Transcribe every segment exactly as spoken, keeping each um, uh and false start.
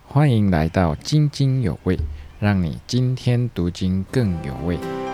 欢迎来到津津有味，让你今天读经更有味。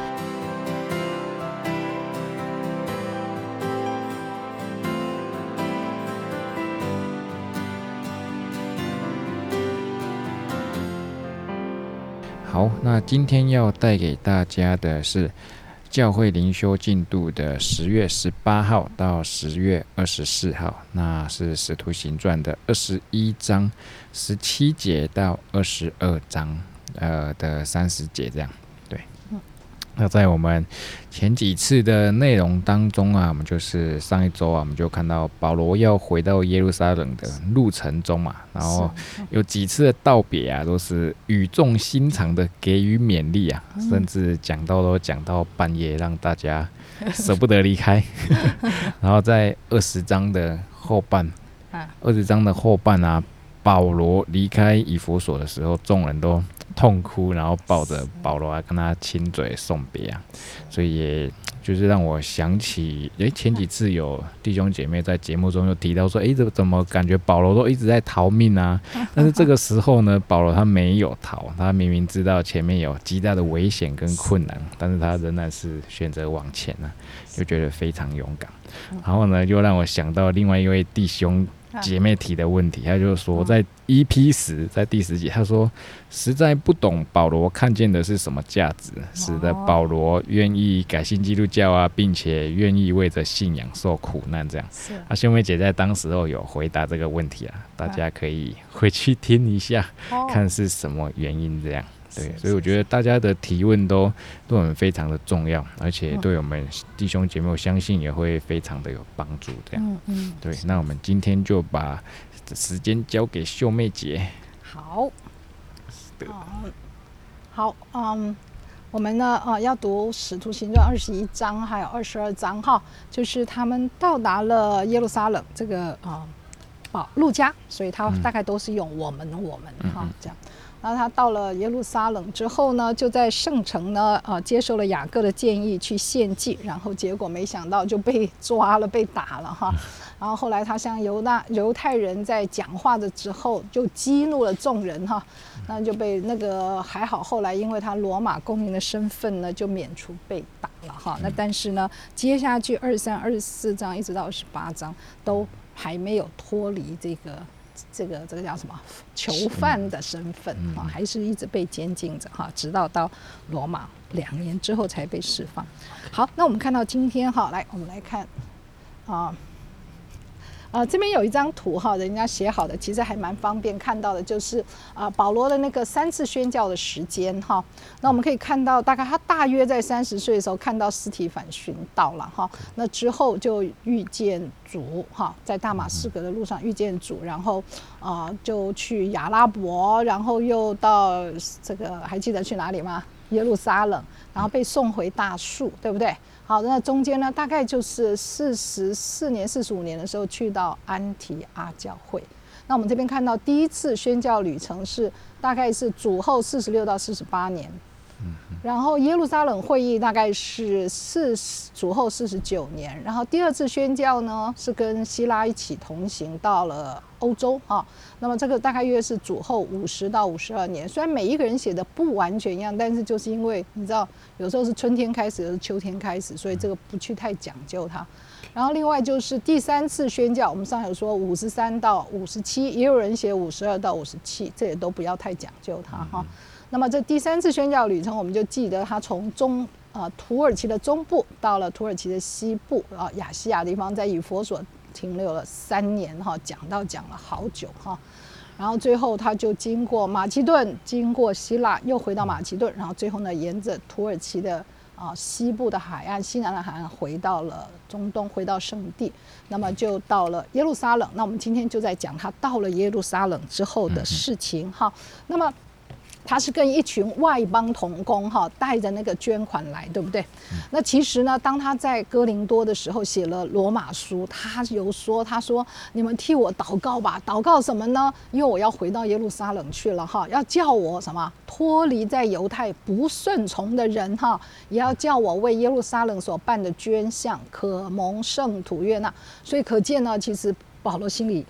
好，那今天要带给大家的是教会灵修进度的十月十八号到十月二十四号，那是使徒行传的二十一章十七节到二十二章呃的三十节这样。对，那在我们前几次的内容当中啊，我们就是上一周啊，我们就看到保罗要回到耶路撒冷的路程中嘛，然后有几次的道别啊，都是语重心长的给予勉励啊，甚至讲到都讲到半夜，让大家舍不得离开。然后在二十章的后半，二十章的后半啊，保罗离开以弗所的时候，众人都痛哭，然后抱着保罗啊，跟他亲嘴送别啊，所以也就是让我想起，诶，前几次有弟兄姐妹在节目中有提到说，诶，这怎么感觉保罗都一直在逃命啊？但是这个时候呢，保罗他没有逃，他明明知道前面有极大的危险跟困难，但是他仍然是选择往前啊，就觉得非常勇敢。然后呢，又让我想到另外一位弟兄姐妹提的问题，他就说在 E P 十，在第十集，他说实在不懂保罗看见的是什么价值，使得保罗愿意改信基督教啊，并且愿意为着信仰受苦难这样。啊，兄妹姐在当时候有回答这个问题啊，大家可以回去听一下，看是什么原因这样。对，所以我觉得大家的提问都都很非常的重要，而且对我们弟兄姐妹，我相信也会非常的有帮助。这样，嗯嗯，对。那我们今天就把时间交给秀妹姐。 好，嗯，好，嗯，我们呢，啊，要读《使徒行传》二十一章还有二十二章哈，就是他们到达了耶路撒冷这个啊，啊，路加，所以他大概都是用我们我们哈、嗯、这样。然后他到了耶路撒冷之后呢，就在圣城呢，呃，接受了雅各的建议去献祭，然后结果没想到就被抓了，被打了哈。然后后来他向犹大犹太人在讲话的之后，就激怒了众人哈，那就被那个还好，后来因为他罗马公民的身份呢，就免除被打了哈。那但是呢，接下去二十三、二十四章一直到二十八章都还没有脱离这个。这个这个叫什么囚犯的身份啊，还是一直被监禁着哈，直到到罗马两年之后才被释放。好，那我们看到今天哈，来我们来看啊。呃，这边有一张图哈，人家写好的，其实还蛮方便看到的，就是啊、呃、保罗的那个三次宣教的时间哈。那我们可以看到，大概他大约在三十岁的时候看到司提反寻道了哈。那之后就遇见主哈，在大马士革的路上遇见主，然后啊、呃、就去亚拉伯，然后又到这个还记得去哪里吗？耶路撒冷，然后被送回大树，对不对？好，那中间呢，大概就是四十四年、四十五年的时候去到安提阿教会。那我们这边看到第一次宣教旅程是大概是主后四十六到四十八年，然后耶路撒冷会议大概是四主后四十九年，然后第二次宣教呢是跟希拉一起同行到了欧洲啊。那么这个大概约是主后五十到五十二年，虽然每一个人写的不完全一样，但是就是因为你知道有时候是春天开始，有时候是秋天开始，所以这个不去太讲究它。然后另外就是第三次宣教，我们上有说五十三到五十七，也有人写五十二到五十七，这也都不要太讲究它哈。那么这第三次宣教旅程，我们就记得他从中呃土耳其的中部到了土耳其的西部啊亚细亚地方，在以弗所停留了三年哈，讲道讲了好久哈。然后最后他就经过马其顿，经过希腊，又回到马其顿，然后最后呢，沿着土耳其的啊西部的海岸、西南的海岸回到了中东，回到圣地，那么就到了耶路撒冷。那我们今天就在讲他到了耶路撒冷之后的事情哈。那么他是跟一群外邦同工哈，带着那个捐款来，对不对？嗯、那其实呢，当他在哥林多的时候写了罗马书，他有说，他说你们替我祷告吧，祷告什么呢？因为我要回到耶路撒冷去了哈，要叫我什么脱离在犹太不顺从的人哈，也要叫我为耶路撒冷所办的捐项可蒙圣徒悦纳。所以可见呢，其实保罗心里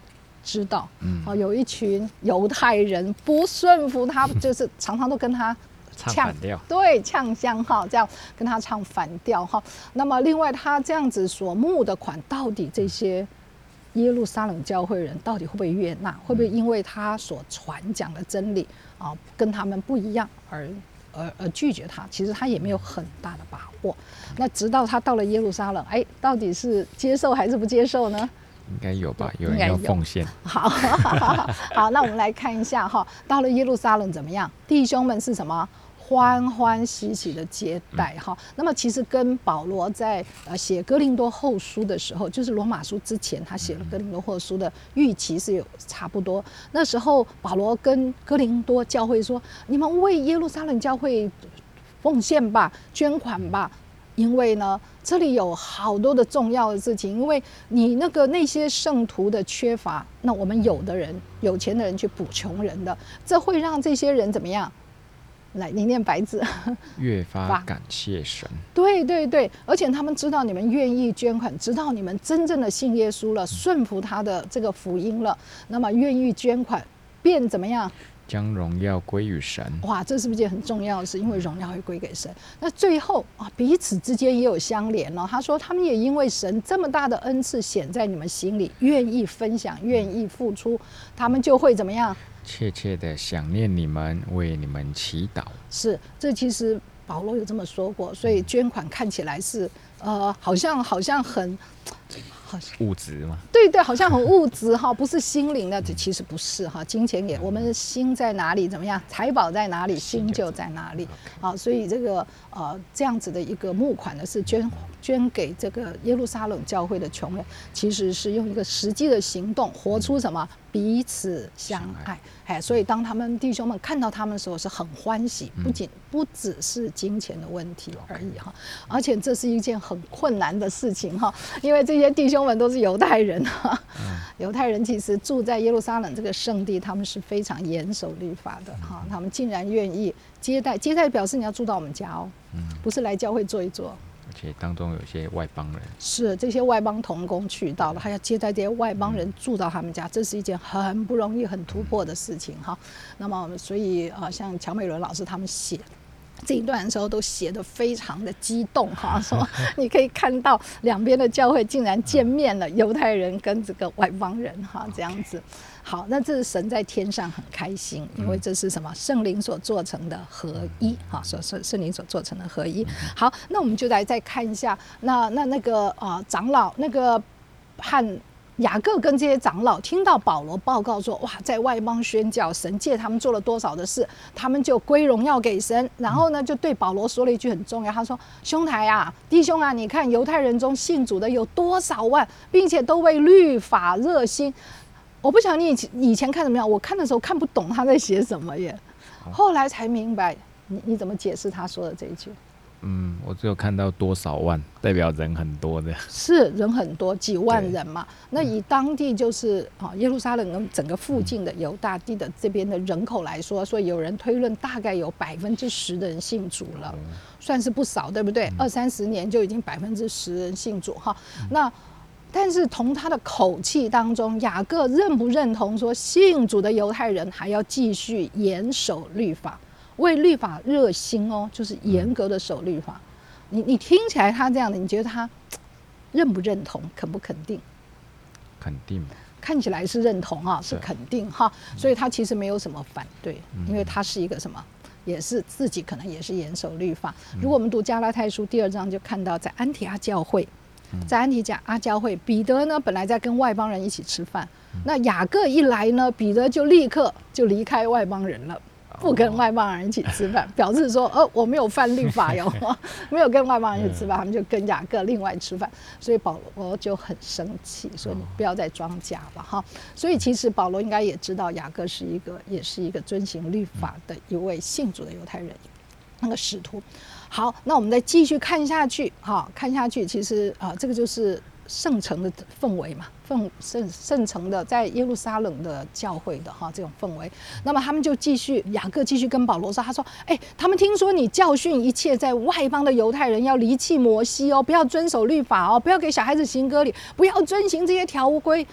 知道， 嗯哦，有一群犹太人不顺服他，就是常常都跟他唱反调， 对，呛香哈，这样跟他唱反调哈。那么另外他这样子所募的款，到底这些耶路撒冷教会人到底会不会悦纳？会不会因为他所传讲的真理啊跟他们不一样而而而拒绝他？其实他也没有很大的把握。那直到他到了耶路撒冷，哎，到底是接受还是不接受呢？ 应该有吧，有人要奉献。 好，好，那我们来看一下哈，到了耶路撒冷怎么样？弟兄们是什么？欢欢喜喜的接待哈、嗯。那么其实跟保罗在呃写哥林多后书的时候，就是罗马书之前，他写了哥林多后书的预期是有差不多。那时候保罗跟哥林多教会说：“你们为耶路撒冷教会奉献吧，捐款吧。”因为呢，这里有好多的重要的事情，因为你那个那些圣徒的缺乏，那我们有的人有钱的人去补穷人的，这会让这些人怎么样？来，你念白字， 越发感谢神。 对对对，而且他们知道你们愿意捐款，知道你们真正的信耶稣了，顺服他的这个福音了，那么愿意捐款，便怎么样？ 将荣耀归于神。 哇，这是不是一件很重要的事？因为荣耀会归给神。那最后啊，彼此之间也有相连哦。他说，他们也因为神这么大的恩赐显在你们心里，愿意分享，愿意付出，他们就会怎么样？ 切切的想念你们，为你们祈祷。 是，这其实保罗有这么说过，所以捐款看起来是呃，好像好像很。好像物质吗？ 对对，好像很物质哈，不是心灵的，其实不是哈。金钱也，我们的心在哪里？怎么样？财宝在哪里？心就在哪里。好，所以这个呃这样子的一个募款呢，是捐捐给这个耶路撒冷教会的穷人，其实是用一个实际的行动，活出什么？彼此相爱。哎，所以当他们弟兄们看到他们的时候，是很欢喜，不仅不只是金钱的问题而已哈，而且这是一件很困难的事情哈，因为这些弟兄们都是犹太人哈，犹太人其实住在耶路撒冷这个圣地，他们是非常严守律法的哈，他们竟然愿意接待，接待表示你要住到我们家哦，不是来教会坐一坐。 而且当中有些外邦人， 是这些外邦同工去到了，还要接待这些外邦人住到他们家，这是一件很不容易、很突破的事情哈。那么，所以啊，像乔美伦老师他们写这一段的时候，都写得非常的激动哈，说你可以看到两边的教会竟然见面了，犹太人跟这个外邦人哈，这样子。好，那这是神在天上很开心，因为这是什么？圣灵所做成的合一，哈，所圣圣灵所做成的合一。好，那我们就来再看一下，那那那个啊、呃、长老那个和雅各跟这些长老听到保罗报告说，哇，在外邦宣教，神借他们做了多少的事，他们就归荣耀给神。然后呢，就对保罗说了一句很重要，他说：“兄台啊，弟兄啊，你看犹太人中信主的有多少万，并且都为律法热心。”我不晓得你以前以前看怎么样，我看的时候看不懂他在写什么耶，后来才明白。你你怎么解释他说的这一句？ 嗯，我只有看到多少万，代表人很多的。 是人很多，几万人嘛。那以当地就是啊耶路撒冷跟整个附近的犹大地的这边的人口来说，所以有人推论大概有百分之十的人信主了，嗯、算是不少，对不对？二三十年就已经百分之十人信主哈。嗯、那但是从他的口气当中，雅各认不认同说信主的犹太人还要继续严守律法？为律法热心哦，就是严格的守律法。你你听起来他这样的，你觉得他认不认同，肯不肯定？ 肯定。 看起来是认同啊，是肯定哈，所以他其实没有什么反对，因为他是一个什么，也是自己可能也是严守律法。如果我们读加拉太书第二章，就看到在安提阿教会。在安提阿教会，彼得呢本来在跟外邦人一起吃饭，那雅各一来呢，彼得就立刻就离开外邦人了。不跟外邦人一起吃饭，表示说，哦，我没有犯律法哟，没有跟外邦人一起吃饭，他们就跟雅各另外吃饭，所以保罗就很生气，说你不要再装假了哈。所以其实保罗应该也知道雅各是一个，也是一个遵行律法的一位信主的犹太人，那个使徒。好，那我们再继续看下去，哈，看下去，其实啊、呃，这个就是圣城的氛围嘛，圣圣圣城的在耶路撒冷的教会的哈这种氛围。那么他们就继续，雅各继续跟保罗说，他说：“哎，他们听说你教训一切在外邦的犹太人要离弃摩西哦，不要遵守律法哦，不要给小孩子行割礼，不要遵行这些条规。”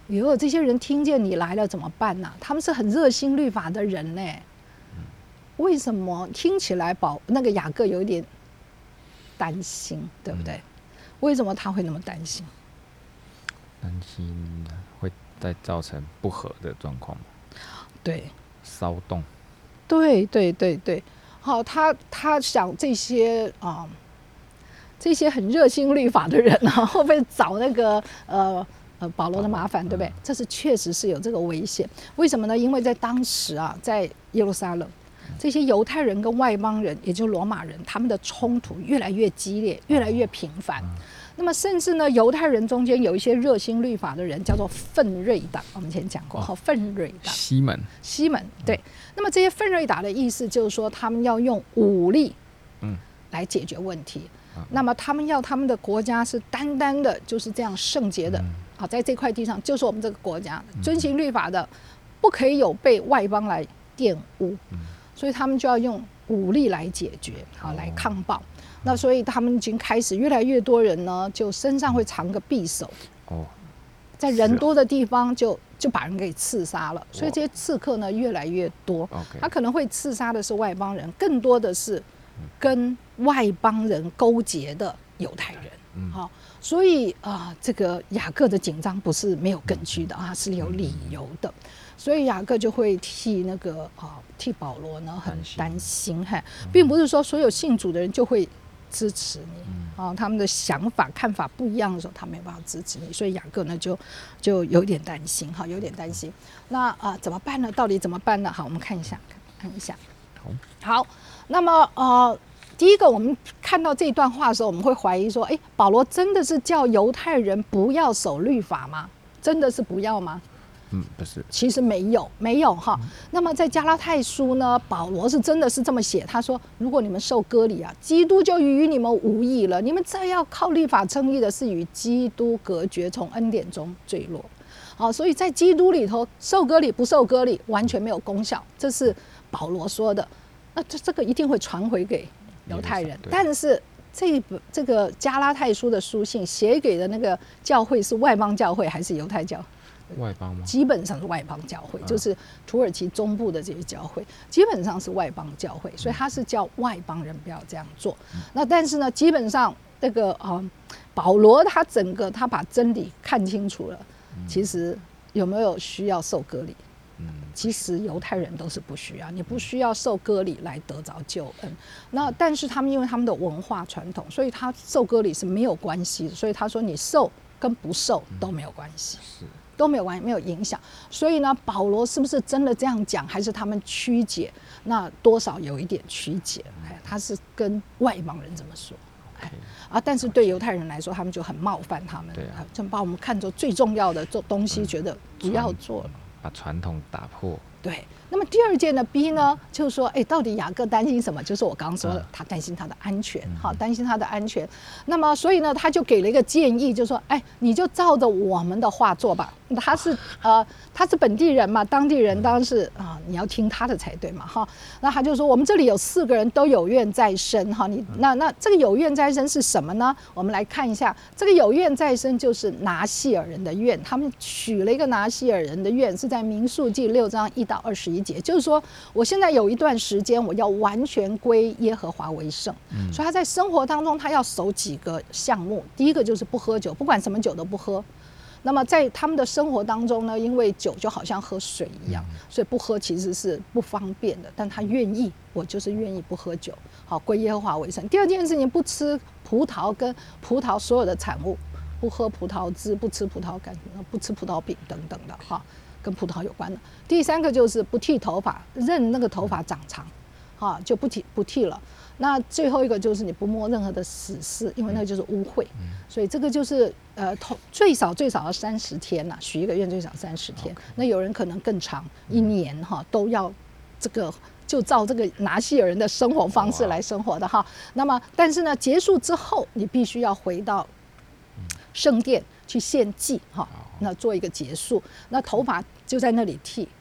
哟，这些人听见你来了怎么办呢、啊？他们是很热心律法的人呢，为什么听起来保那个雅各有一点担心，对不对？嗯、为什么他会那么担心？ 担心会再造成不和的状况吗？ 对， 骚动。 对对对对，好，他他想这些啊、呃，这些很热心律法的人啊，会不会找那个呃？呃，保罗的麻烦，对不对？这是确实是有这个危险。为什么呢？因为在当时啊，在耶路撒冷，这些犹太人跟外邦人，也就是罗马人，他们的冲突越来越激烈，越来越频繁。那么，甚至呢，犹太人中间有一些热心律法的人，叫做奋锐党。我们以前讲过，哈，奋锐党。 西门。 西门，对。那么这些奋锐党的意思就是说，他们要用武力，嗯，来解决问题。那么他们要他们的国家是单单的就是这样圣洁的。好，在这块地上，就是我们这个国家遵行律法的，不可以有被外邦来玷污，所以他们就要用武力来解决，好来抗暴。那所以他们已经开始越来越多人呢，就身上会藏个匕首，在人多的地方就就把人给刺杀了。所以这些刺客呢越来越多，他可能会刺杀的是外邦人，更多的是跟外邦人勾结的犹太人，好。所以啊、呃，这个雅各的紧张不是没有根据的啊，是有理由的。所以雅各就会替那个啊、呃，替保罗呢很担心，哈，并不是说所有信主的人就会支持你啊，他们的想法看法不一样的时候，他没有办法支持你。所以雅各呢就就有点担心，哈，有点担心。那啊、呃，怎么办呢？到底怎么办呢？好，我们看一下，看一下。好，那么呃。第一个，我们看到这段话的时候，我们会怀疑说：哎，保罗真的是叫犹太人不要守律法吗？真的是不要吗？ 嗯，不是。 其实没有，没有哈。嗯、那么在加拉太书呢，保罗是真的是这么写，他说：如果你们受割礼啊，基督就与你们无益了。你们再要靠律法称义的，是与基督隔绝，从恩典中坠落。好，所以在基督里头，受割礼不受割礼完全没有功效，这是保罗说的。那这这个一定会传回给犹太人，但是这本这个加拉太书的书信写给的那个教会是外邦教会还是犹太教？ 外邦吗？ 基本上是外邦教会，就是土耳其中部的这些教会，基本上是外邦教会，所以他是叫外邦人不要这样做。那但是呢，基本上这个啊、呃，保罗他整个他把真理看清楚了，其实有没有需要受割礼？其实犹太人都是不需要，你不需要受割礼来得着救恩。那但是他们因为他们的文化传统，所以他受割礼是没有关系的。所以他说你受跟不受都没有关系，都没有关系，没有影响。所以呢，保罗是不是真的这样讲，还是他们曲解？那多少有一点曲解。哎，他是跟外邦人这么说。哎啊，但是对犹太人来说，他们就很冒犯他们，啊、就把我们看作最重要的做东西，觉得不要做了。 把传统打破。 对，那么第二件的 B 呢，就是说，哎，到底雅各担心什么？就是我刚刚说的，他担心他的安全，好，担心他的安全。那么，所以呢，他就给了一个建议，就是说，哎，你就照着我们的话做吧。他是呃，他是本地人嘛，当地人当然是啊、呃，你要听他的才对嘛，哈。那他就说，我们这里有四个人都有愿在身，哈，你那那这个有愿在身是什么呢？我们来看一下，这个有愿在身就是拿细尔人的愿，他们取了一个拿细尔人的愿，是在民数记六章一到二十一节，就是说，我现在有一段时间我要完全归耶和华为圣，嗯、所以他在生活当中他要守几个项目，第一个就是不喝酒，不管什么酒都不喝。那么在他们的生活当中呢，因为酒就好像喝水一样，所以不喝其实是不方便的。但他愿意，我就是愿意不喝酒，好归耶和华为圣。第二件事情，不吃葡萄跟葡萄所有的产物，不喝葡萄汁，不吃葡萄干，不吃葡萄饼等等的哈，跟葡萄有关的。第三个就是不剃头发，任那个头发长长，哈就不剃不剃了。那最后一个就是你不摸任何的死事，因为那个就是污秽，嗯、所以这个就是呃最少最少要三十天呐、啊，许一个愿最少三十天。Okay. 那有人可能更长，一年哈都要这个就照这个拿细尔人的生活方式来生活的哈。Wow. 那么但是呢，结束之后你必须要回到圣殿去献祭哈，那做一个结束。那头发就在那里剃，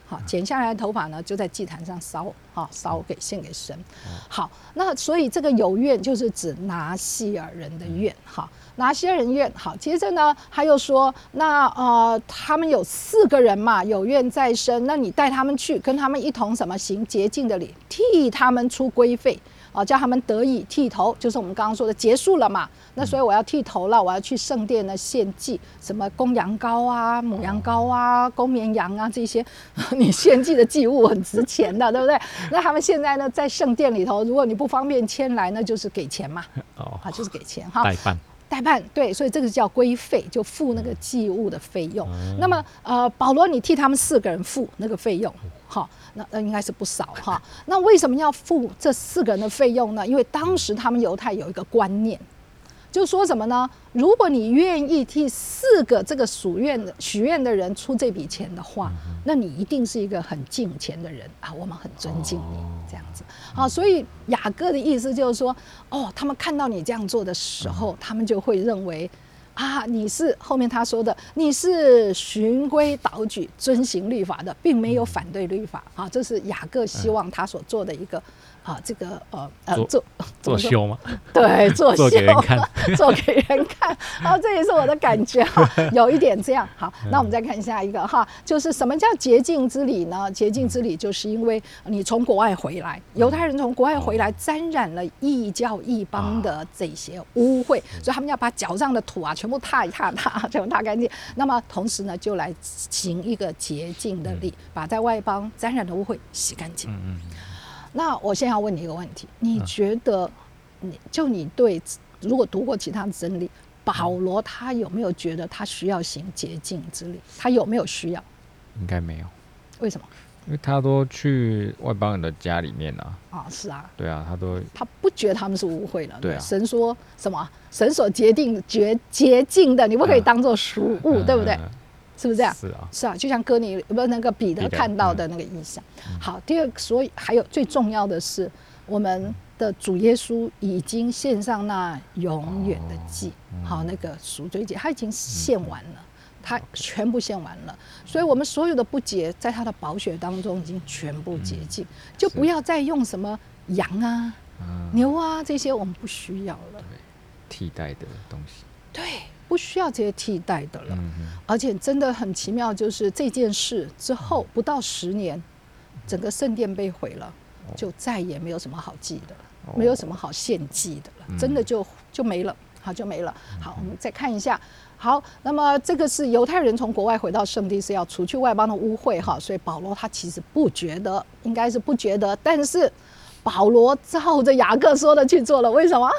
好，剪下来的头发呢，就在祭坛上烧，好烧给献给神。好，那所以这个有院就是指拿西尔人的院，好，拿西尔人院。好，接着呢，他又说，那呃，他们有四个人嘛，有愿在身，那你带他们去，跟他们一同什么行洁净的礼，替他们出规费。哦，叫他们得以剃头，就是我们刚刚说的结束了嘛。那所以我要剃头了，我要去圣殿呢献祭，什么公羊羔啊、母羊羔啊、公绵羊啊这些，你献祭的祭物很值钱的，对不对？那他们现在呢在圣殿里头，如果你不方便牵来，那就是给钱嘛，哦，啊，就是给钱哈。 代办。 代办，对，所以这个叫规费，就付那个祭物的费用。嗯、那么，呃，保罗你替他们四个人付那个费用，好，那那应该是不少哈。那为什么要付这四个人的费用呢？因为当时他们犹太有一个观念，就说什么呢？如果你愿意替四个这个属愿的许愿的人出这笔钱的话，嗯、那你一定是一个很敬虔的人啊，我们很尊敬你，哦、这样子。好，所以雅各的意思就是说，哦，他们看到你这样做的时候，嗯、他们就会认为，啊，你是后面他说的，你是循规蹈矩、遵行律法的，并没有反对律法啊。这是雅各希望他所做的一个。啊，这个呃呃做做秀吗？ 对，做秀， 做给人看， 做给人看。啊，这也是我的感觉哈，有一点这样。好，那我们再看下一个哈，就是什么叫洁净之礼呢？洁净之礼就是因为你从国外回来，犹太人从国外回来，沾染了异教异邦的这些污秽，所以他们要把脚上的土啊全部踏一踏踏，全部踏干净。那么同时呢，就来行一个洁净的礼，把在外邦沾染的污秽洗干净。嗯嗯。那我现在要问你一个问题，你觉得你就你对如果读过其他的真理，保罗他有没有觉得他需要行洁净之礼？他有没有需要？ 应该没有。 为什么？ 因为他都去外邦人的家里面啊。 啊，是啊。 对啊，他都他不觉得他们是污秽了。 对啊。 神说什么？神所洁定洁洁净的，你不可以当作俗物，嗯、对不对？嗯是不是这样？ 是啊， 是啊，就像哥尼不那个彼得看到的那个意象。嗯、好，第二个，所以还有最重要的是，我们的主耶稣已经献上那永远的祭，哦嗯、好，那个赎罪祭，他已经献完了，嗯、他全部献完了，所以我们所有的不洁，在他的宝血当中已经全部洁净，嗯、就不要再用什么羊啊、嗯、牛啊这些，我们不需要了， 替代的东西。 对。不需要这些替代的了，嗯、而且真的很奇妙，就是这件事之后不到十年，整个圣殿被毁了，哦、就再也没有什么好祭的了，哦、没有什么好献祭的了，嗯、真的就就没了，好就没了。好，我们再看一下。好，那么这个是犹太人从国外回到圣地是要除去外邦的污秽哈，所以保罗他其实不觉得，应该是不觉得，但是保罗照着雅各说的去做了，为什么？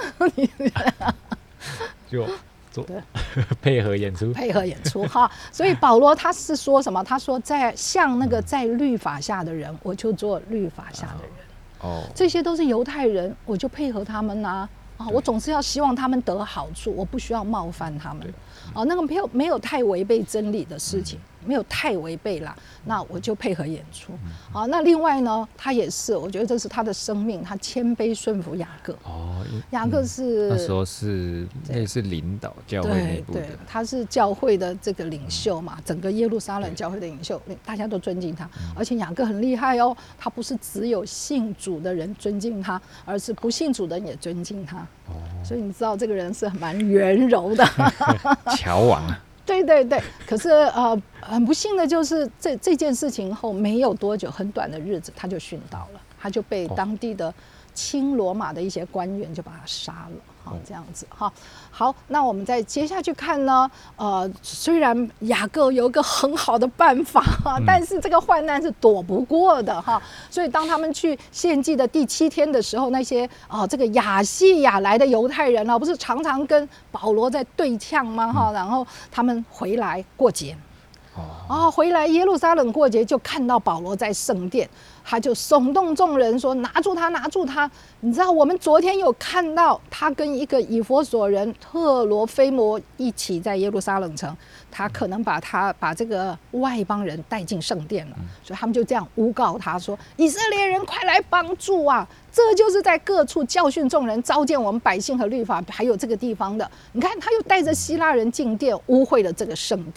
就。配合演出， 配合演出哈，所以保罗他是说什么？他说在像那个在律法下的人，我就做律法下的人。哦，这些都是犹太人，我就配合他们啊。啊，我总是要希望他们得好处，我不需要冒犯他们。啊，那个没有没有太违背真理的事情，没有太违背啦，那我就配合演出。好，那另外呢，他也是，我觉得这是他的生命，他谦卑顺服雅各。哦，雅各是、 嗯、那时候是类似领导教会内部的，对， 他是教会的这个领袖嘛，整个耶路撒冷教会的领袖，大家都尊敬他。而且雅各很厉害哦，他不是只有信主的人尊敬他，而是不信主的人也尊敬他。哦，所以你知道这个人是蛮圆柔的。 乔王啊。 对对对，可是呃，很不幸的就是这这件事情后没有多久，很短的日子他就殉道了，他就被当地的亲罗马的一些官员就把他杀了。好，这样子哈。好，那我们再接下去看呢。呃，虽然雅各有一个很好的办法哈，但是这个患难是躲不过的哈。所以当他们去献祭的第七天的时候，那些啊、呃、这个亚细亚来的犹太人啊，不是常常跟保罗在对呛吗？哈，然后他们回来过节。哦，回来耶路撒冷过节，就看到保罗在圣殿，他就耸动众人说：“拿住他，拿住他！你知道，我们昨天有看到他跟一个以弗所人特罗菲摩一起在耶路撒冷城，他可能把他把这个外邦人带进圣殿了，所以他们就这样诬告他说：以色列人快来帮助啊！这就是在各处教训众人，召见我们百姓和律法，还有这个地方的。你看，他又带着希腊人进殿，污秽了这个圣地。”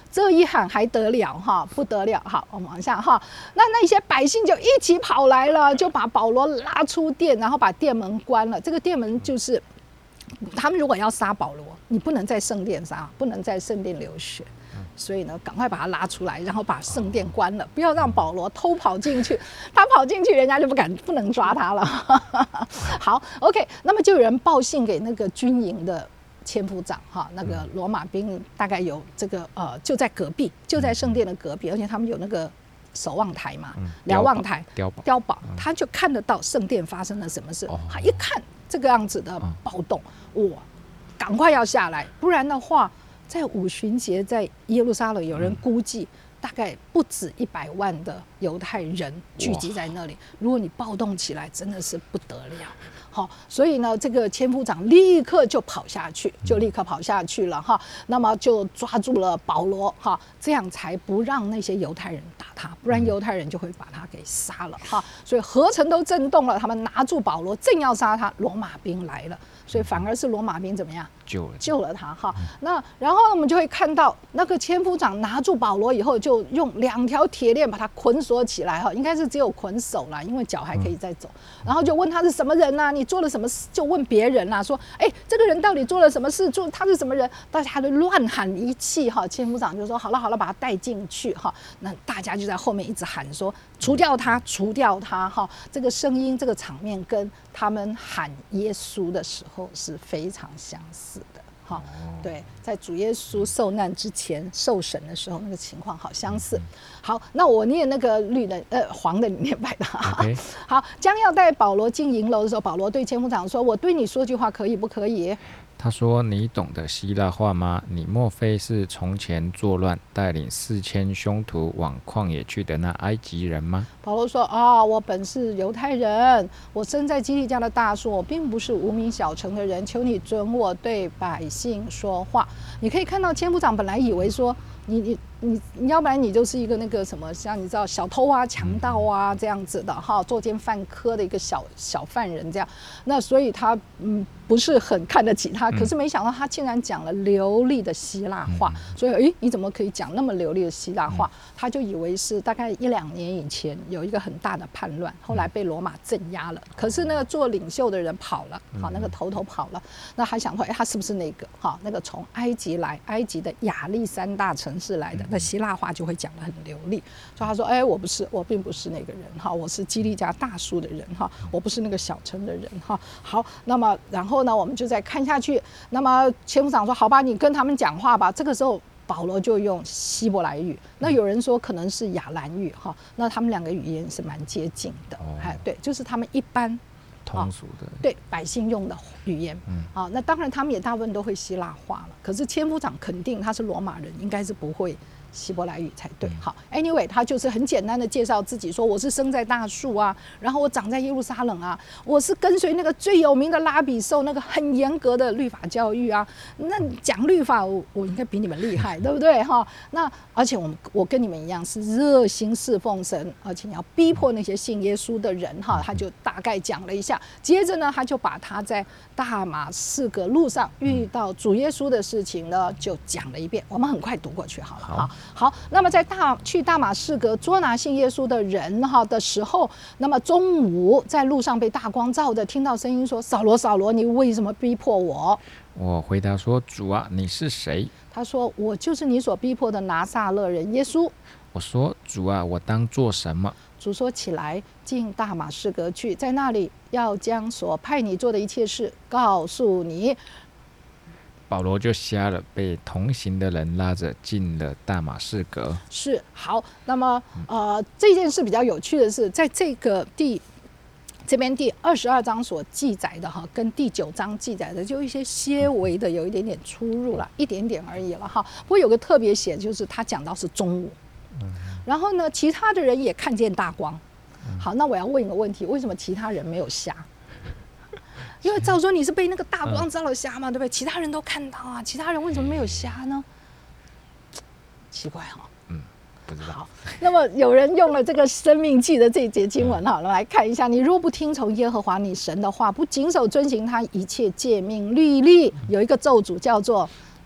这一喊还得了哈，不得了。好，我们往下哈，那那些百姓就一起跑来了，就把保罗拉出殿，然后把殿门关了。这个殿门就是他们如果要杀保罗，你不能在圣殿杀，不能在圣殿流血。所以呢，赶快把他拉出来，然后把圣殿关了，不要让保罗偷跑进去。他跑进去，人家就不敢不能抓他了。好 ，OK， 那么就有人报信给那个军营的千夫长哈，那个罗马兵大概有这个呃，就在隔壁，就在圣殿的隔壁，而且他们有那个守望台嘛，瞭望台、碉堡，碉堡，他就看得到圣殿发生了什么事。他一看这个样子的暴动，哇，赶快要下来，不然的话。在五旬节，在耶路撒冷，有人估计大概不止一百万的犹太人聚集在那里。如果你暴动起来，真的是不得了。好，所以呢，这个千夫长立刻就跑下去，就立刻跑下去了哈。那么就抓住了保罗哈，这样才不让那些犹太人打他，不然犹太人就会把他给杀了哈。所以合城都震动了，他们拿住保罗，正要杀他，罗马兵来了。所以反而是罗马兵怎么样救了救了他哈？那然后我们就会看到那个千夫长拿住保罗以后，就用两条铁链把他捆锁起来哈，应该是只有捆手啦，因为脚还可以再走。然后就问他是什么人呐、啊？你做了什么事？就问别人啦、啊，说哎、欸，这个人到底做了什么事？做他是什么人？大家都乱喊一气哈。千夫长就说好了好了，把他带进去哈。那大家就在后面一直喊说除掉他，除掉他哈。这个声音，这个场面跟他们喊耶稣的时候是非常相似的，哈，对，在主耶稣受难之前受审的时候，那个情况好相似。好，那我念那个绿的，呃，黄的，你念白的。Okay. 好，将要带保罗进营楼的时候，保罗对千夫长说：“我对你说句话，可以不可以？” 他说：“你懂得希腊话吗？你莫非是从前作乱，带领四千凶徒往旷野去的那埃及人吗？” 保罗说：“啊、哦，我本是犹太人，我生在基利家的大树，我并不是无名小城的人。求你准我对百姓说话。”你可以看到千夫长本来以为说你你你你要不然你就是一个那个什么，像你知道小偷啊、强盗啊这样子的哈，作奸犯科的一个小小犯人这样。那所以他嗯不是很看得起他，可是没想到他竟然讲了流利的希腊话，所以诶你怎么可以讲那么流利的希腊话？他就以为是大概一两年以前有一个很大的叛乱，后来被罗马镇压了。可是那个做领袖的人跑了，好，那个头头跑了，那还想说，哎，他是不是那个哈那个从埃及来，埃及的亚历山大城市来的？那希腊话就会讲得很流利，所以他说：“哎，我不是，我并不是那个人哈，我是基利家大树的人哈，我不是那个小城的人哈。”好，那么然后呢，我们就再看下去。那么千夫长说：“好吧，你跟他们讲话吧。”这个时候保罗就用希伯来语，那有人说可能是亚兰语哈，那他们两个语言是蛮接近的，哎、哦，对，就是他们一般通俗的、哦、 对百姓用的语言，嗯，啊、哦，那当然他们也大部分都会希腊话了，可是千夫长肯定他是罗马人，应该是不会希伯来语才对。好 ，anyway， 他就是很简单的介绍自己，说我是生在大树啊，然后我长在耶路撒冷啊，我是跟随那个最有名的拉比受那个很严格的律法教育啊。那讲律法我，我应该比你们厉害，对不对哈？那而且我们我跟你们一样是热心侍奉神，而且你要逼迫那些信耶稣的人哈。他就大概讲了一下，接着呢，他就把他在大马士革路上遇到主耶稣的事情呢，就讲了一遍。我们很快读过去好了哈。好，那么在大去大马士革捉拿信耶稣的人哈的时候，那么中午在路上被大光照着，听到声音说：“扫罗，扫罗，你为什么逼迫我？” 我回答说：“主啊，你是谁？” 他说：“我就是你所逼迫的拿撒勒人耶稣。” 我说：“主啊，我当做什么？” 主说：“起来，进大马士革去，在那里要将所派你做的一切事告诉你。” 保罗就瞎了，被同行的人拉着进了大马士革。 是，好，那么呃，这件事比较有趣的是，在这个第这边第二十二章所记载的哈，跟第九章记载的就一些些微的有一点点出入了，一点点而已了哈。不过有个特别写，就是他讲到是中午，然后呢，其他的人也看见大光。好，那我要问一个问题，为什么其他人没有瞎？因为照说你是被那个大光照了瞎嘛，对不对？其他人都看到啊，其他人为什么没有瞎呢？奇怪哈、哦。 嗯，不知道。 好，那么有人用了这个《生命记》的这一节经文哈，来看一下：你若不听从耶和华你神的话，不谨守遵行他一切诫命律例，有一个咒诅叫做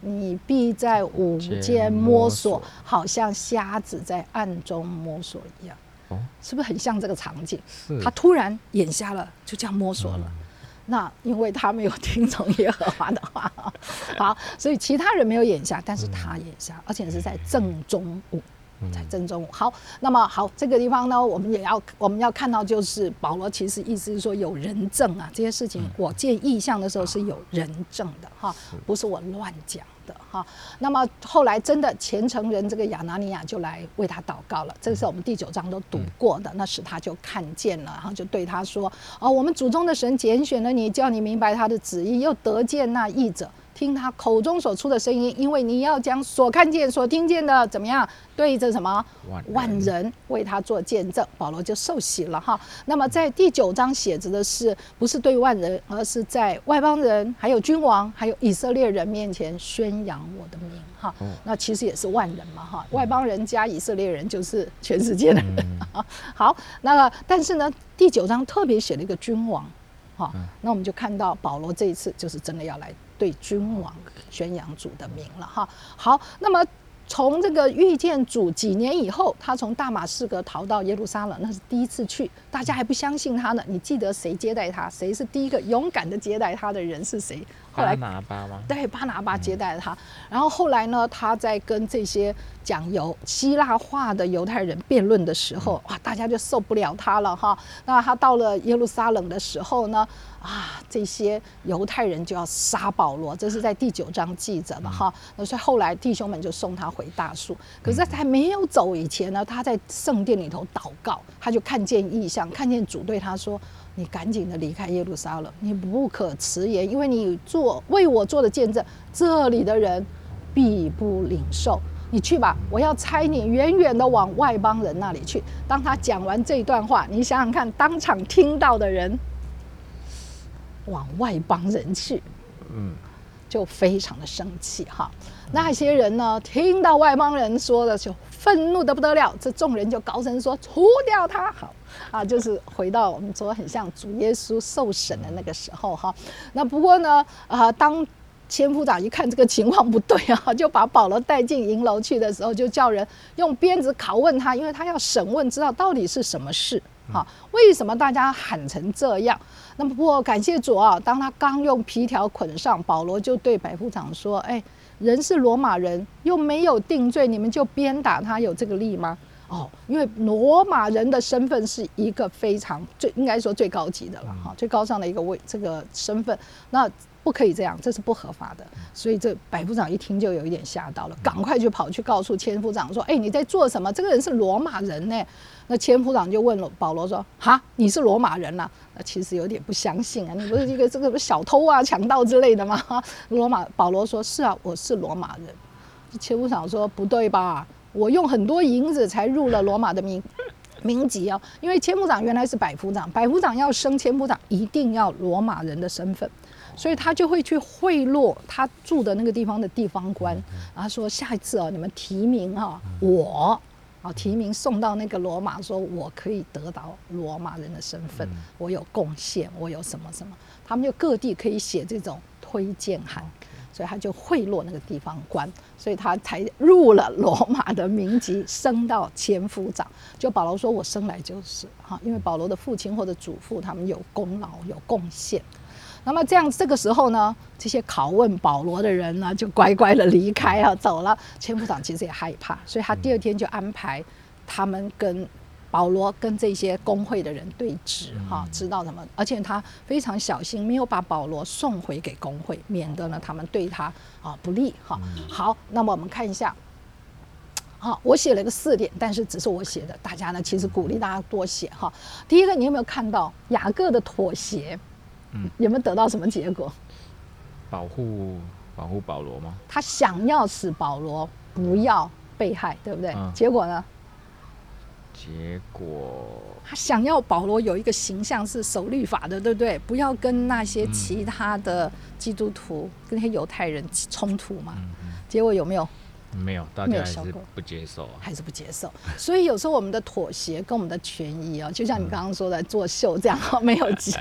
你必在午间摸索，好像瞎子在暗中摸索一样。哦，是不是很像这个场景？他突然眼瞎了，就这样摸索了。嗯，那因为他没有听从耶和华的话，好，所以其他人没有眼瞎，但是他眼瞎，而且是在正中午。在正中午。好，那么好，这个地方呢，我们也要我们要看到，就是保罗其实意思是说有人证啊，这些事情我见异象的时候是有人证的哈，不是我乱讲的哈。那么后来真的虔诚人这个亚拿尼亚就来为他祷告了，这个是我们第九章都读过的，那使他就看见了，然后就对他说：哦，我们祖宗的神拣选了你，叫你明白他的旨意，又得见那义者。听他口中所出的声音，因为你要将所看见、所听见的怎么样对着什么万人为他做见证，保罗就受洗了哈。那么在第九章写着的是，不是对万人，而是在外邦人、还有君王、还有以色列人面前宣扬我的名哈。那其实也是万人嘛哈，外邦人加以色列人就是全世界的人。嗯、好，那但是呢，第九章特别写了一个君王。好，那我们就看到保罗这一次就是真的要来对君王宣扬主的名了哈。好，那么从这个遇见主几年以后，他从大马士革逃到耶路撒冷，那是第一次去，大家还不相信他呢。你记得谁接待他？谁是第一个勇敢的接待他的人是谁？后来巴拿巴吗？ 对，巴拿巴接待了他。嗯、然后后来呢，他在跟这些讲犹希腊话的犹太人辩论的时候，哇，大家就受不了他了哈。那他到了耶路撒冷的时候呢，啊，这些犹太人就要杀保罗，这是在第九章记着的哈。那所以后来弟兄们就送他回大数。可是，在还没有走以前呢，他在圣殿里头祷告，他就看见异象，看见主对他说：“你赶紧的离开耶路撒冷，你不可迟延，因为你做为我做的见证，这里的人必不领受。你去吧，我要差你远远的往外邦人那里去。”当他讲完这段话，你想想看，当场听到的人往外邦人去，嗯，就非常的生气哈。那些人呢，听到外邦人说的，就愤怒得不得了。这众人就高声说：“除掉他！”好啊，就是回到我们说很像主耶稣受审的那个时候哈。那不过呢，啊，当千夫长一看这个情况不对啊，就把保罗带进营楼去的时候，就叫人用鞭子拷问他，因为他要审问，知道到底是什么事。好，为什么大家喊成这样？那么不过感谢主啊，当他刚用皮条捆上，保罗就对百夫长说：“哎，人是罗马人，又没有定罪，你们就鞭打他，有这个理吗？”哦，因为罗马人的身份是一个非常最应该说最高级的了哈，最高尚的一个位这个身份，那不可以这样，这是不合法的。所以这百夫长一听就有一点吓到了，赶快就跑去告诉千夫长说：“哎，你在做什么？这个人是罗马人呢。”那千夫长就问了保罗说：“哈，你是罗马人啊？”那其实有点不相信啊，你不是一个这个小偷啊、强盗之类的吗？罗马保罗说：“是啊，我是罗马人。”千夫长说：“不对吧？我用很多银子才入了罗马的名名籍哦，因为千夫长原来是百夫长，百夫长要升千夫长，一定要罗马人的身份。”所以他就会去贿赂他住的那个地方的地方官，然后说下一次哦，你们提名哈我，啊提名送到那个罗马，说我可以得到罗马人的身份，我有贡献，我有什么什么，他们就各地可以写这种推荐函，所以他就贿赂那个地方官，所以他才入了罗马的名籍，升到千夫长。就保罗说，我生来就是哈，因为保罗的父亲或者祖父他们有功劳有贡献。那么这样这个时候呢，这些拷问保罗的人呢，就乖乖的离开啊，走了。千夫长其实也害怕，所以他第二天就安排他们跟保罗跟这些公会的人对峙哈，知道什么？而且他非常小心，没有把保罗送回给公会，免得呢他们对他啊不利哈。好，那么我们看一下。好，我写了一个四点，但是只是我写的，大家呢其实鼓励大家多写哈。第一个，你有没有看到雅各的妥协？嗯，有没有得到什么结果？ 保护保护保罗吗？ 他想要使保罗不要被害，对不对？嗯、结果呢？ 结果他想要保罗有一个形象是守律法的，对不对？不要跟那些其他的基督徒、嗯、跟那些犹太人冲突嘛。嗯嗯、结果有没有？ 没有，大家还是不接受、啊， 还是不接受。所以有时候我们的妥协跟我们的权益啊，就像你刚刚说的作秀这样，没有结，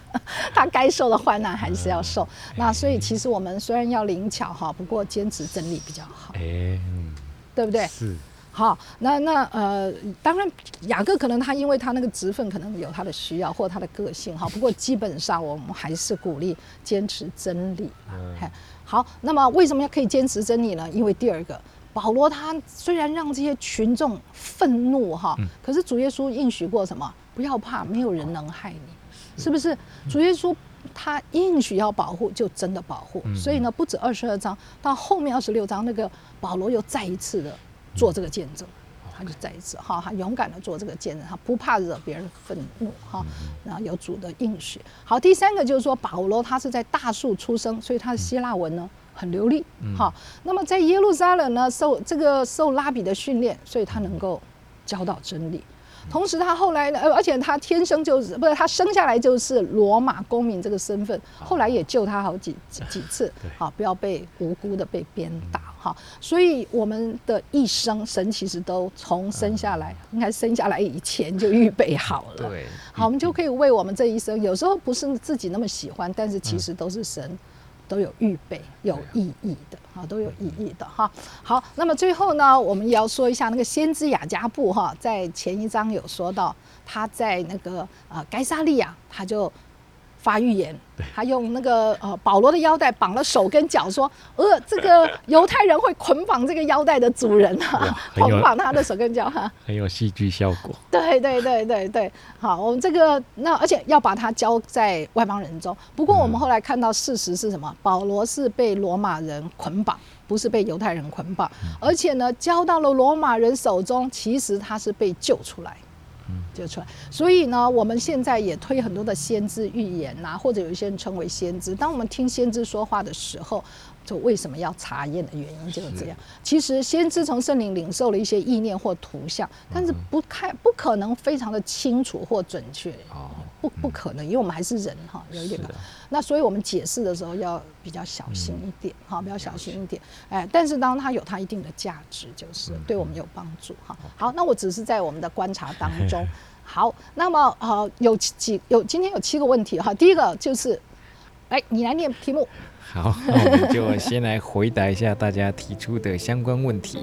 他该受的患难还是要受。那所以其实我们虽然要灵巧哈，不过坚持真理比较好， 哎， 对不对？ 是。 好，那那呃，当然雅各可能他因为他那个职分可能有他的需要或他的个性哈，不过基本上我们还是鼓励坚持真理。嗯，好，那么为什么要可以坚持真理呢？因为第二个。保罗他虽然让这些群众愤怒哈，嗯、可是主耶稣应许过什么？不要怕，没有人能害你，是不是？主耶稣他应许要保护，就真的保护。嗯、所以呢，不止二十二章，到后面二十六章，那个保罗又再一次的做这个见证，嗯、他就再一次哈，他勇敢的做这个见证，他不怕惹别人愤怒哈，然后有主的应许。好，第三个就是说，保罗他是在大树出生，所以他的希腊文呢。很流利，好、嗯。那么在耶路撒冷呢，受这个受拉比的训练，所以他能够教导真理。同时，他后来呢，而且他天生就是不是他生下来就是罗马公民这个身份，后来也救他好几几次，好，不要被无辜的被鞭打，哈。所以我们的一生，神其实都从生下来，应该生下来以前就预备好了，对，好，我们就可以为我们这一生，有时候不是自己那么喜欢，但是其实都是神。都有预备，有意义的，啊，都有意义的哈。好，那么最后呢，我们也要说一下那个先知雅加布哈，在前一章有说到，他在那个呃该撒利亚，他就发预言，他用那个呃保罗的腰带绑了手跟脚，说，呃，这个犹太人会捆绑这个腰带的主人啊，捆绑他的手跟脚哈， 很有戏剧效果。 对对对对对，好，我们这个那而且要把它交在外邦人中。不过我们后来看到事实是什么？保罗是被罗马人捆绑，不是被犹太人捆绑，而且呢，交到了罗马人手中，其实他是被救出来。就出来，所以呢，我们现在也推很多的先知预言呐、啊，或者有一些人称为先知。当我们听先知说话的时候，就为什么要查验的原因就是这样。其实先知从圣灵领受了一些意念或图像，但是不看不可能非常的清楚或准确，不不可能，因为我们还是人哈，有一点。那所以我们解释的时候要比较小心一点，哈、嗯，比较小心一点，哎，但是当它有它一定的价值，就是对我们有帮助哈。好，那我只是在我们的观察当中。好，那么呃有几有今天有七个问题哈，第一个就是，哎，你来念题目。 好，那我们就先来回答一下大家提出的相关问题。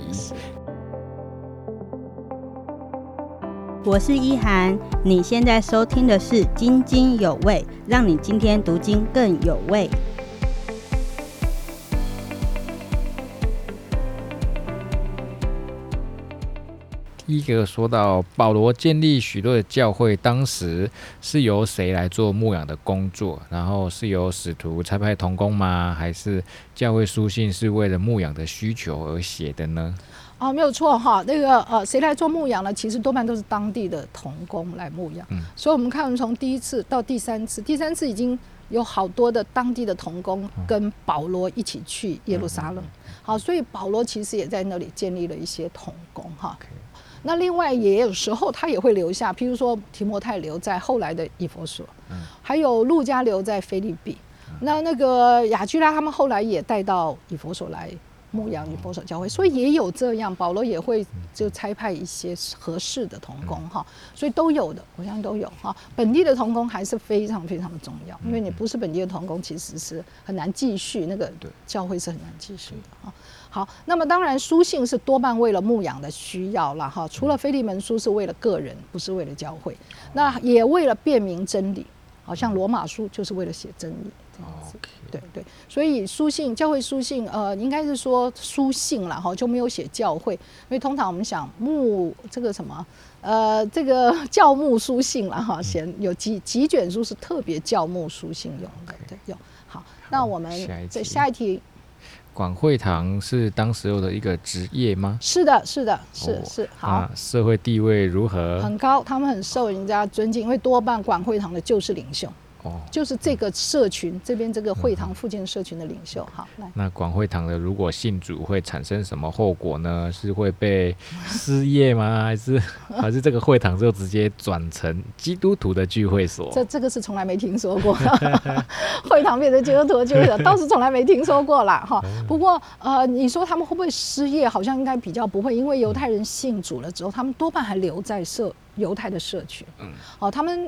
我是一涵，你现在收听的是津津有味，让你今天读经更有味。 第一个说到保罗建立许多的教会，当时是由谁来做牧养的工作？然后是由使徒差派同工吗？还是教会书信是为了牧养的需求而写的呢？ 哦，没有错哈，那个呃，谁来做牧养呢？其实多半都是当地的同工来牧养。嗯，所以我们看从第一次到第三次，第三次已经有好多的当地的同工跟保罗一起去耶路撒冷。好，所以保罗其实也在那里建立了一些同工哈。那另外也有时候他也会留下，譬如说提摩太留在后来的以弗所，嗯，还有路加留在腓立比，嗯，那那个雅居拉他们后来也带到以弗所来牧养以弗所教会，所以也有这样，保罗也会就差派一些合适的同工哈，所以都有的，我相信都有哈。本地的同工还是非常非常的重要，因为你不是本地的同工，其实是很难继续那个教会是很难继续的哈。好，那么当然书信是多半为了牧养的需要啦哈，除了腓利门书是为了个人，不是为了教会，那也为了辨明真理，好像罗马书就是为了写真理这样子，对对，所以书信教会书信呃应该是说书信啦哈，就没有写教会，因为通常我们想牧这个什么呃这个教牧书信啦哈，写有几几卷书是特别教牧书信用的，对，有。好，那我们在下一题。 管会堂是当时候的一个职业吗？ 是的，是的，是、哦、是。好、啊， 社会地位如何？ 很高，他们很受人家尊敬，因为多半管会堂的就是领袖。哦，就是这个社群这边这个会堂附近社群的领袖。好，来。 那管会堂的如果信主会产生什么后果呢？是会被失业吗？还是还是这个会堂就直接转成基督徒的聚会所？ 这这个是从来没听说过，会堂变成基督徒的聚会所倒是从来没听说过啦哈。不过呃，你说他们会不会失业？好像应该比较不会，因为犹太人信主了之后，他们多半还留在社犹太的社群。嗯，哦，他们。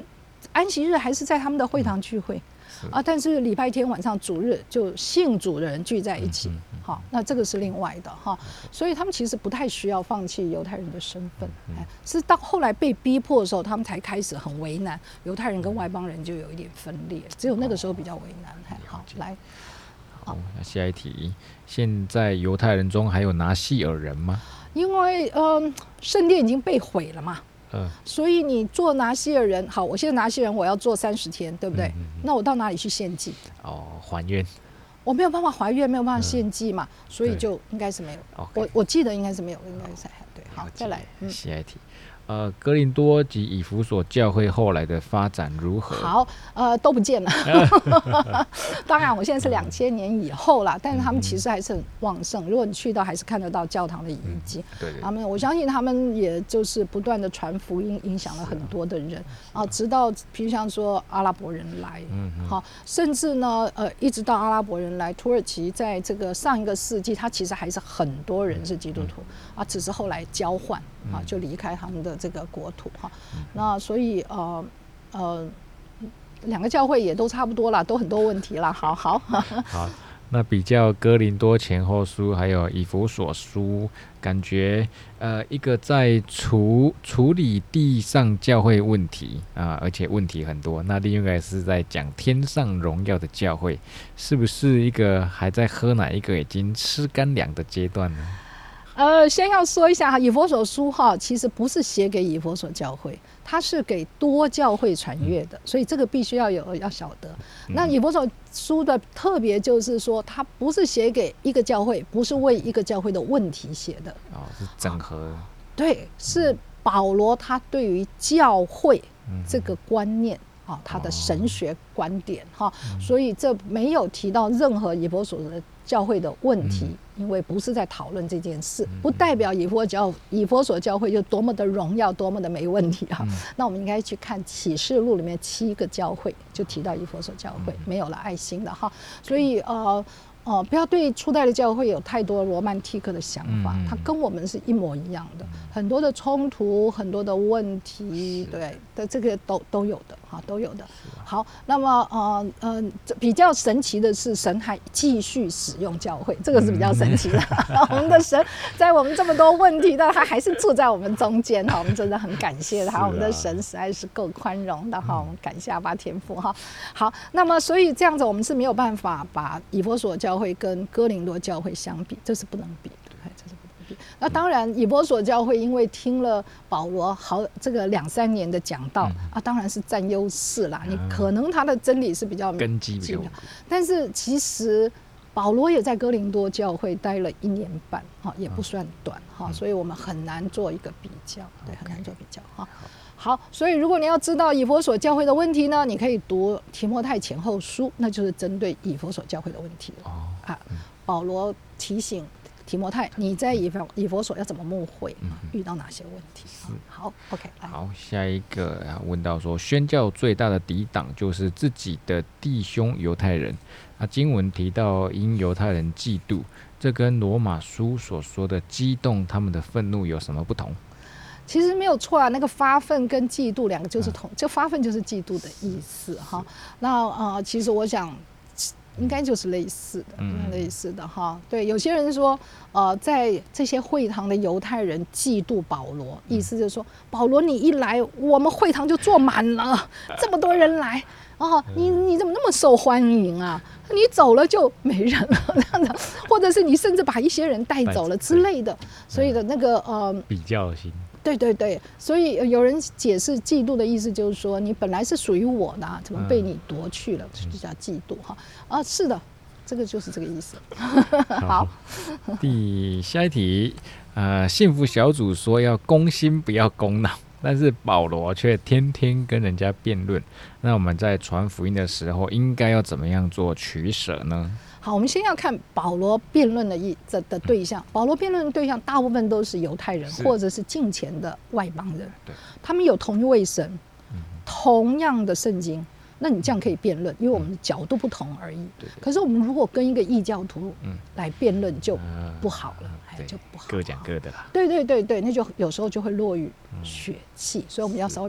安息日还是在他们的会堂聚会。啊，但是礼拜天晚上主日就信主的人聚在一起，好，那这个是另外的哈，所以他们其实不太需要放弃犹太人的身份，哎，是到后来被逼迫的时候，他们才开始很为难，犹太人跟外邦人就有一点分裂，只有那个时候比较为难。好，来， 好，那下一题，现在犹太人中还有拿细耳人吗？ 因为嗯，圣殿已经被毁了嘛。嗯，所以你做拿西尔人，好，我现在拿西尔人我要做三十天，对不对？嗯嗯嗯，那我到哪里去献祭？ 哦，还愿。 我没有办法还愿，没有办法献祭嘛，嗯、所以就应该是没有。我我记得应该是没有，应该是对。好，再来， 嗯、下一题。呃，哥林多及以弗所教会后来的发展如何？ 好，呃，都不见了。当然，我现在是两千年以后啦，但是他们其实还是很旺盛。如果你去到，还是看得到教堂的遗迹。嗯、对, 对。他们，我相信他们也就是不断的传福音，影响了很多的人啊，直到比如像说阿拉伯人来，嗯，好，甚至呢，呃，一直到阿拉伯人来，土耳其在这个上一个世纪，它其实还是很多人是基督徒啊，只是后来交换啊，就离开他们的这个国土哈，那所以呃呃两个教会也都差不多啦，都很多问题啦。好好好，那比较哥林多前后书还有以弗所书，感觉呃一个在处处理地上教会问题啊、呃，而且问题很多。那另外一个是在讲天上荣耀的教会，是不是一个还在喝奶，一个已经吃干粮的阶段呢？ 呃，先要说一下哈，以弗所书哈，其实不是写给以弗所教会，它是给多教会传阅的，所以这个必须要有要晓得。那以弗所书的特别就是说，它不是写给一个教会，不是为一个教会的问题写的。 哦，是整合。 对，是保罗他对于教会这个观念。啊，他的神学观点哈，所以这没有提到任何以弗所的教会的问题，因为不是在讨论这件事，不代表以弗教以弗所教会就多么的荣耀，多么的没问题哈。那我们应该去看启示录里面七个教会，就提到以弗所教会没有了爱心的哈，所以呃。哦，不要对初代的教会有太多罗曼蒂克的想法，它跟我们是一模一样的，很多的冲突，很多的问题，对的，这个都都有的哈，都有的。好，那么呃呃，比较神奇的是，神还继续使用教会，这个是比较神奇的。我们的神在我们这么多问题，但他还是住在我们中间哈，我们真的很感谢他，我们的神实在是够宽容的哈，我们感谢阿爸天父哈。好，那么所以这样子，我们是没有办法把以弗所教会跟哥林多教会相比，这是不能比的，这是不能比。那当然，以弗所教会因为听了保罗好这个两三年的讲道、嗯、啊，当然是占优势啦。你可能他的真理是比较根基比较， 但是其实保罗也在哥林多教会待了一年半，哈，也不算短哈，所以我们很难做一个比较，对，很难做比较哈。好，所以如果你要知道以弗所教会的问题呢，你可以读提摩太前后书，那就是针对以弗所教会的问题了、哦啊、保罗提醒提摩太，你在以弗以弗所要怎么牧会、嗯、遇到哪些问题？好 ，OK， 好，下一个问到说，宣教最大的抵挡就是自己的弟兄犹太人。啊，经文提到因犹太人嫉妒，这跟罗马书所说的激动他们的愤怒有什么不同？ 其实没有错啊，那个发愤跟嫉妒两个就是同，就发愤就是嫉妒的意思哈。那呃，其实我想应该就是类似的，嗯、类似的哈。对，有些人说，呃，在这些会堂的犹太人嫉妒保罗，意思就是说，保罗你一来，我们会堂就坐满了，这么多人来。哦，你你怎么那么受欢迎啊？你走了就没人了，这样子，或者是你甚至把一些人带走了之类的，所以的那个呃比较心。 对对对，所以有人解释嫉妒的意思就是说，你本来是属于我的、啊，怎么被你夺去了，嗯、就叫嫉妒哈。啊，是的，这个就是这个意思。好， 第下一题，呃，幸福小组说要攻心不要攻脑。但是保罗却天天跟人家辩论，那我们在传福音的时候，应该要怎么样做取舍呢？ 好，我们先要看保罗辩论的意的的对象。保罗辩论的对象大部分都是犹太人，或者是敬虔的外邦人。对，他们有同一位神，嗯、同样的圣经。那你这样可以辩论，因为我们的角度不同而已。对对对，可是我们如果跟一个异教徒来辩论就不好了，嗯、就不好， 各讲各的啦。 对对对对，那就有时候就会落于血气，嗯、所以我们要稍微保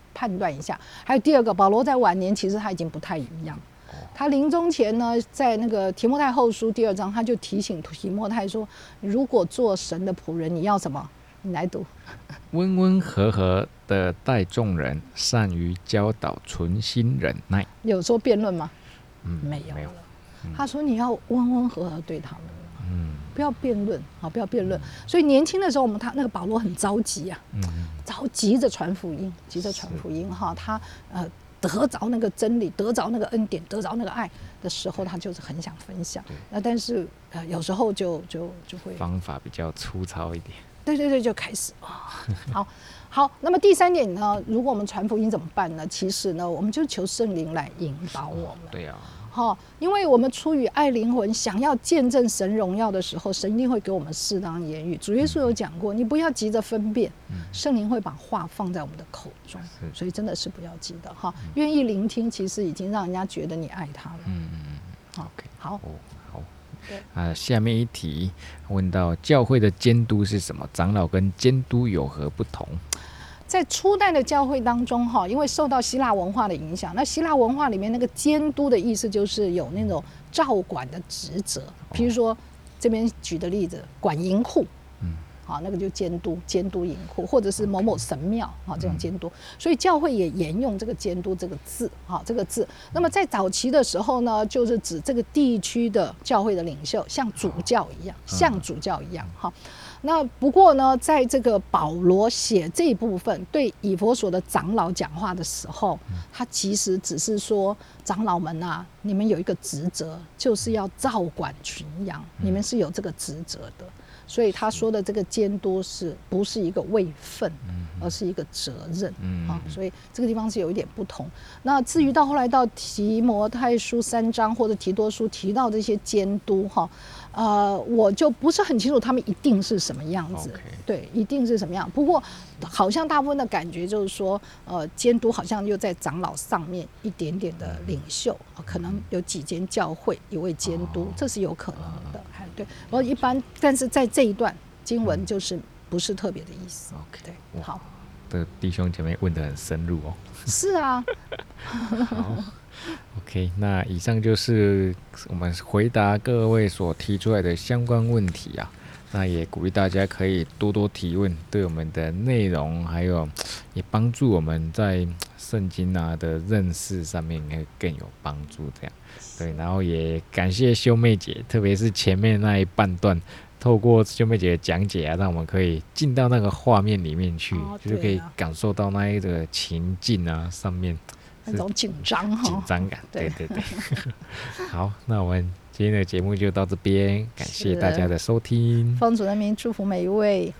判断一下。还有第二个，保罗在晚年其实他已经不太一样。他临终前呢，在那个提摩太后书第二章，他就提醒提摩太说：“如果做神的仆人，你要什么？你来读。 温温和和的待众人，善于教导，存心忍耐。” 有说辩论吗？ 嗯， 没有了。 没有嗯、 他说你要温温和和对他们， 嗯， 不要辩论，好，不要辩论。所以年轻的时候，我们他那个保罗很着急啊， 嗯， 着急着传福音，急着传福音哈。他呃。得着那个真理，得着那个恩典，得着那个爱的时候，他就是很想分享。那但是呃，有时候就就就会方法比较粗糙一点。 对对对，就开始啊、哦，好，好。那么第三点呢，如果我们传福音怎么办呢？其实呢，我们就求圣灵来引导我们。 对啊。 好、哦，因为我们出于爱灵魂，想要见证神荣耀的时候，神一定会给我们适当言语。主耶稣有讲过，你不要急着分辨，圣灵会把话放在我们的口中，所以真的是不要急的哈。愿意聆听，其实已经让人家觉得你爱他了。 嗯嗯嗯。 好， OK， 好， 哦，好。啊，下面一题问到教会的监督是什么？长老跟监督有何不同？ 在初代的教会当中，哈，因为受到希腊文化的影响，那希腊文化里面那个监督的意思就是有那种照管的职责，譬如说这边举的例子，管银库，嗯，好，那个就监督监督银库，或者是某某神庙啊这种监督，所以教会也沿用这个监督这个字，啊这个字。那么在早期的时候呢，就是指这个地区的教会的领袖，像主教一样，像主教一样，哈。那不过呢，在这个保罗写这一部分对以弗所的长老讲话的时候，他其实只是说，长老们啊，你们有一个职责，就是要照管群羊，你们是有这个职责的。所以他说的这个监督是不是一个位分，而是一个责任、啊、所以这个地方是有一点不同。那至于到后来到提摩太书三章或者提多书提到这些监督哈，呃，我就不是很清楚他们一定是什么样子， okay. 对，一定是什么样。不过好像大部分的感觉就是说，呃，监督好像又在长老上面一点点的领袖，可能有几间教会一位监督，这是有可能的。对，不过一般，但是在这一段经文就是不是特别的意思。 OK， 对，好。 这弟兄姐妹问得很深入哦。 是啊。 好 ，OK， 那以上就是我们回答各位所提出来的相关问题啊。那也鼓励大家可以多多提问，对我们的内容还有也帮助我们在圣经啊的认识上面会更有帮助。这样，对，然后也感谢秀妹姐，特别是前面那一半段，透过秀妹姐的讲解啊，让我们可以进到那个画面里面去， 哦啊、 就是可以感受到那一个情境啊上面那种紧张哈， 紧张感。对对对。好，那我们今天的节目就到这边，感谢大家的收听。 奉主的名祝福每一位。